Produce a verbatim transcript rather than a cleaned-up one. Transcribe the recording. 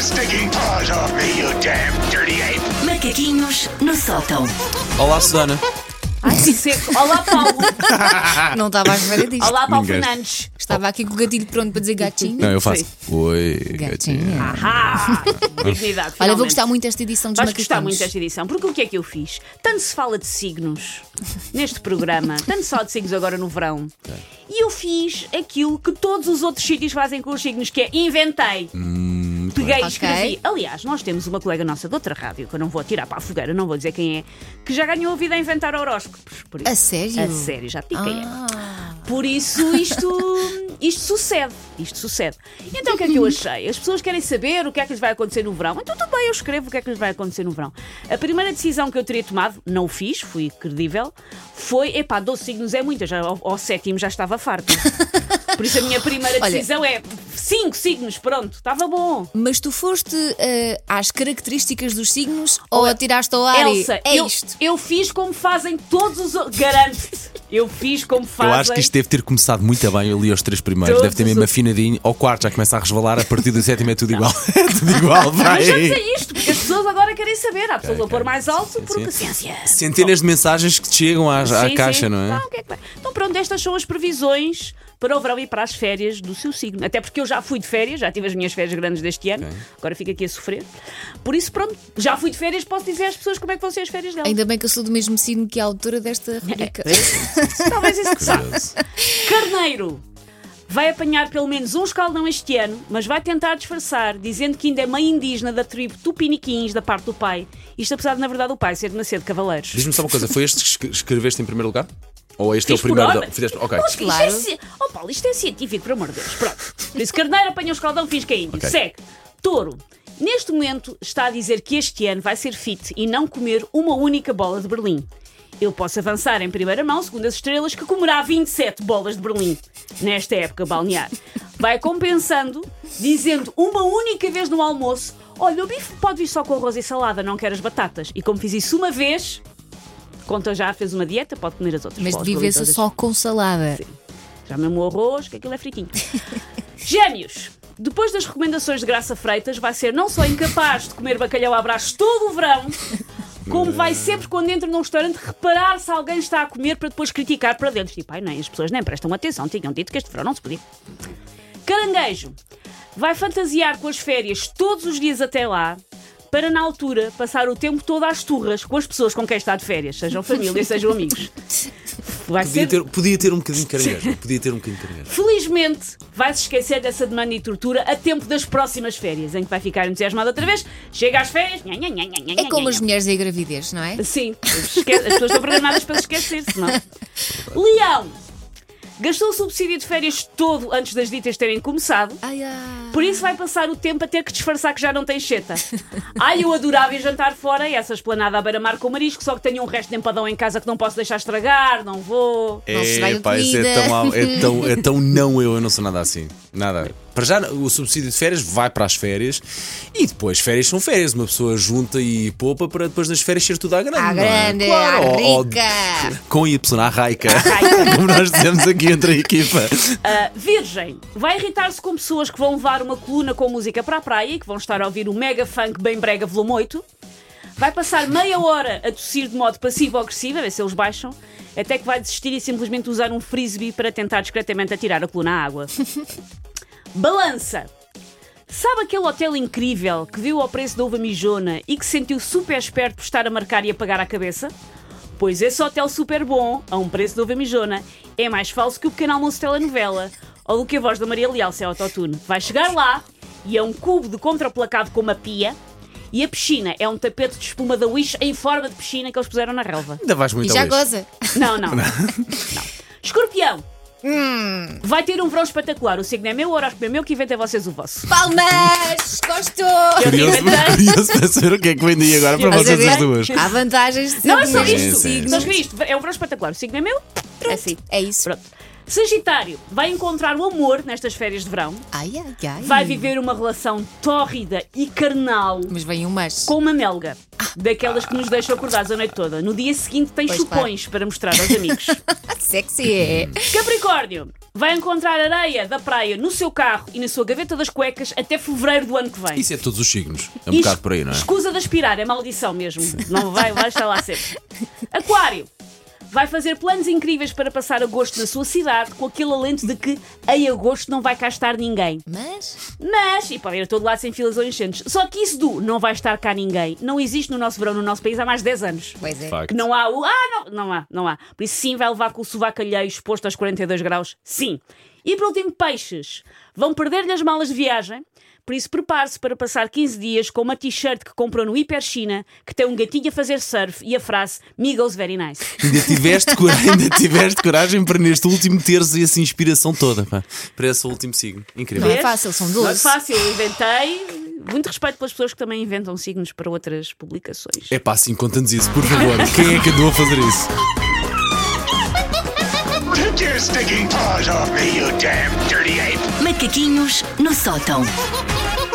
stinking paws off me, you damn dirty ape! Macaquinhos no sótão. Olá, Susana. Ai, que seco. Olá, Paulo. Não estava à espera disto. Olá, Paulo Ninguém. Fernandes. Estava aqui com o gatilho pronto para dizer gatinho. Não, eu faço. Sim. Oi, Gatinha. gatinha. Ah, dignidade. Olha, vou finalmente. gostar muito desta edição dos Vais macaquinhos. gostar muito desta edição, porque o que é que eu fiz? Tanto se fala de signos neste programa, tanto se fala de signos agora no verão, e eu fiz aquilo que todos os outros sítios fazem com os signos, que é inventei. Hum, Peguei e Ok. escrevi. Aliás, nós temos uma colega nossa de outra rádio, que eu não vou atirar para a fogueira, não vou dizer quem é, que já ganhou a vida a inventar horóscopos. Por isso. A sério? A sério, já te digo quem é. Ah, Por isso isto, isto sucede. Isto sucede. Então o que é que eu achei? As pessoas querem saber o que é que lhes vai acontecer no verão. Então tudo bem, eu escrevo o que é que lhes vai acontecer no verão. A primeira decisão que eu teria tomado, não o fiz, fui credível, foi, epá, doze signos é muito, eu já, ao, ao sétimo já estava farto. Por isso a minha primeira Olha. decisão é cinco signos, pronto, estava bom. mas tu foste eh, às características dos signos ou atiraste ao ar Elsa, e é eu, isto? eu fiz como fazem todos os outros. Garanto-te. Eu fiz como fazem. Eu acho que isto deve ter começado muito bem. Eu li os três primeiros, Todos deve ter os mesmo outros. afinadinho. Ao quarto já começa a resvalar, a partir do sétimo é tudo igual. É tudo igual, vai. Mas vamos a isto, porque as pessoas agora querem saber. Há pessoas Ok, a pôr mais alto sim, porque sim. ciência. Centenas de mensagens que te chegam à, à Sim, caixa, sim. não é? Ah, o que é que vai? Então pronto, estas são as previsões para o verão e para as férias do seu signo. Até porque eu já fui de férias, já tive as minhas férias grandes deste ano, Ok. agora fico aqui a sofrer. Por isso, pronto, já fui de férias, posso dizer às pessoas como é que vão ser as férias delas. Ainda bem que eu sou do mesmo signo que a autora desta rubrica. Talvez isso que sabe. Curioso. Carneiro vai apanhar pelo menos um escaldão este ano, mas vai tentar disfarçar, dizendo que ainda é meio indígena da tribo Tupiniquins, da parte do pai. Isto apesar de, na verdade, o pai ser de nascer de cavaleiros. Diz-me só uma coisa, foi este que escre- escreveste em primeiro lugar? Ou este é o Fiz por primeiro? ordem. da- Fizeste... Ok. Mas isto Claro. é ci- Oh Paulo, isto é científico, por amor de Deus. Pronto. Por isso, Carneiro apanha o escaldão, fiz que é índio. Ok. Segue. Touro. Neste momento está a dizer que este ano vai ser fit e não comer uma única bola de Berlim. Eu posso avançar em primeira mão, segundo as estrelas, que comerá vinte e sete bolas de Berlim nesta época balnear. Vai compensando, dizendo uma única vez no almoço: olha, o bife pode vir só com arroz e salada, não quero as batatas. E como fiz isso uma vez, conta já fez uma dieta, pode comer as outras Mas bolas de Berlim viver-se todas. só com salada. Já mesmo o arroz, que aquilo é fritinho. Gêmeos. Depois das recomendações de Graça Freitas, vai ser não só incapaz de comer bacalhau à brás todo o verão, como vai sempre, quando entra num restaurante, reparar se alguém está a comer para depois criticar para dentro. Tipo, ai nem, as pessoas nem prestam atenção, tinham dito que este verão não se podia. Caranguejo. Vai fantasiar com as férias todos os dias até lá, para na altura passar o tempo todo às turras com as pessoas com quem está de férias, sejam família, sejam amigos. Vai Podia ser... ter, podia ter um bocadinho de caranguejo. Podia ter um bocadinho de caranguejo. Felizmente, vai-se esquecer dessa demanda e tortura a tempo das próximas férias, em que vai ficar entusiasmado outra vez, chega às férias... Nha, nha, nha, nha, nha, É como nha, as nha. mulheres e a gravidez, não é? Sim, esque- as pessoas estão programadas para se esquecer-se, não é? Leão! Gastou o subsídio de férias todo antes das ditas terem começado, Ai, ai. por isso vai passar o tempo a ter que disfarçar que já não tem cheta. Ai, eu adorava ir jantar fora e essa esplanada à beira-mar com marisco, só que tenho um resto de empadão em casa que não posso deixar estragar, não vou... Não se estraga Epá, isso comida. é tão, mal- é, tão, é tão não eu, eu não sou nada assim. Nada. Para já, o subsídio de férias vai para as férias e depois férias são férias. Uma pessoa junta e poupa para depois nas férias ser tudo à grande. À não é? grande, Claro, à ou- ou- rica. com Y, à raica. raica. Como nós dizemos aqui entre a equipa. Ah, virgem, vai irritar-se com pessoas que vão levar uma coluna com música para a praia e que vão estar a ouvir o mega funk bem brega volume oito. Vai passar meia hora a tossir de modo passivo-agressivo, a ver se eles baixam, até que vai desistir e simplesmente usar um frisbee para tentar discretamente atirar a coluna à água. Balança. Sabe aquele hotel incrível que viu ao preço da uva mijona e que se sentiu super esperto por estar a marcar e a pagar à cabeça? Pois esse hotel super bom, a um preço de uva mijona, é mais falso que o pequeno almoço de telenovela ou do que a voz da Maria Leal se é autotune. Vai chegar lá e é um cubo de contraplacado com uma pia e a piscina é um tapete de espuma da Wish em forma de piscina que eles puseram na relva. Ainda vais muito E já ao lixo. goza. Não, não. não. Escorpião. Vai ter um verão espetacular. O signo é meu, o horóscopo é meu, que inventem vocês o vosso. Palmas! Gostou! Eu Curioso, inventei. curioso para saber o que é que vem daí agora para Mas vocês Mas as é- duas. Há vantagens de ser Não, é do só mesmo isto. sim, signo. Só escrevi isto. É um verão espetacular. O signo é meu. É assim. É isso. Pronto. Sagitário vai encontrar o amor nestas férias de verão. Ai, ai, ai. Vai viver uma relação tórrida e carnal Mas vem um mas. com uma melga. Daquelas que nos deixam acordados a noite toda. No dia seguinte tem Pois chupões para mostrar aos amigos. Sexy é. Capricórnio vai encontrar areia da praia no seu carro e na sua gaveta das cuecas até fevereiro do ano que vem. Isso é todos os signos. É um E bocado por aí, não é? Escusa de aspirar, é maldição mesmo. Não vai, vai estar lá sempre. Aquário vai fazer planos incríveis para passar agosto na sua cidade, com aquele alento de que em agosto não vai cá estar ninguém. Mas. Mas, e pode ir a todo lado sem filas ou enchentes. Só que isso do não vai estar cá ninguém não existe no nosso verão, no nosso país, há mais de dez anos. Pois é. Facto. Que não há o. Ah, não, não há, não há. Por isso, sim, vai levar com o sovaco alheio exposto aos quarenta e dois graus. Sim. E por último, peixes. Vão perder-lhe as malas de viagem. Por isso, prepare-se para passar quinze dias com uma t-shirt que comprou no Hiper China, que tem um gatinho a fazer surf e a frase "Me goes very nice". Ainda tiveste, coragem, ainda tiveste coragem para neste último teres essa inspiração toda, pá, para esse último signo. Incrível. Não é Vês? fácil, são Não é doze. fácil, eu inventei. Muito respeito pelas pessoas que também inventam signos para outras publicações. É pá, assim, conta-nos isso, por favor. Quem é que andou a fazer isso? Take your stinking paws off me, you damn dirty ape! Macaquinhos no sótão.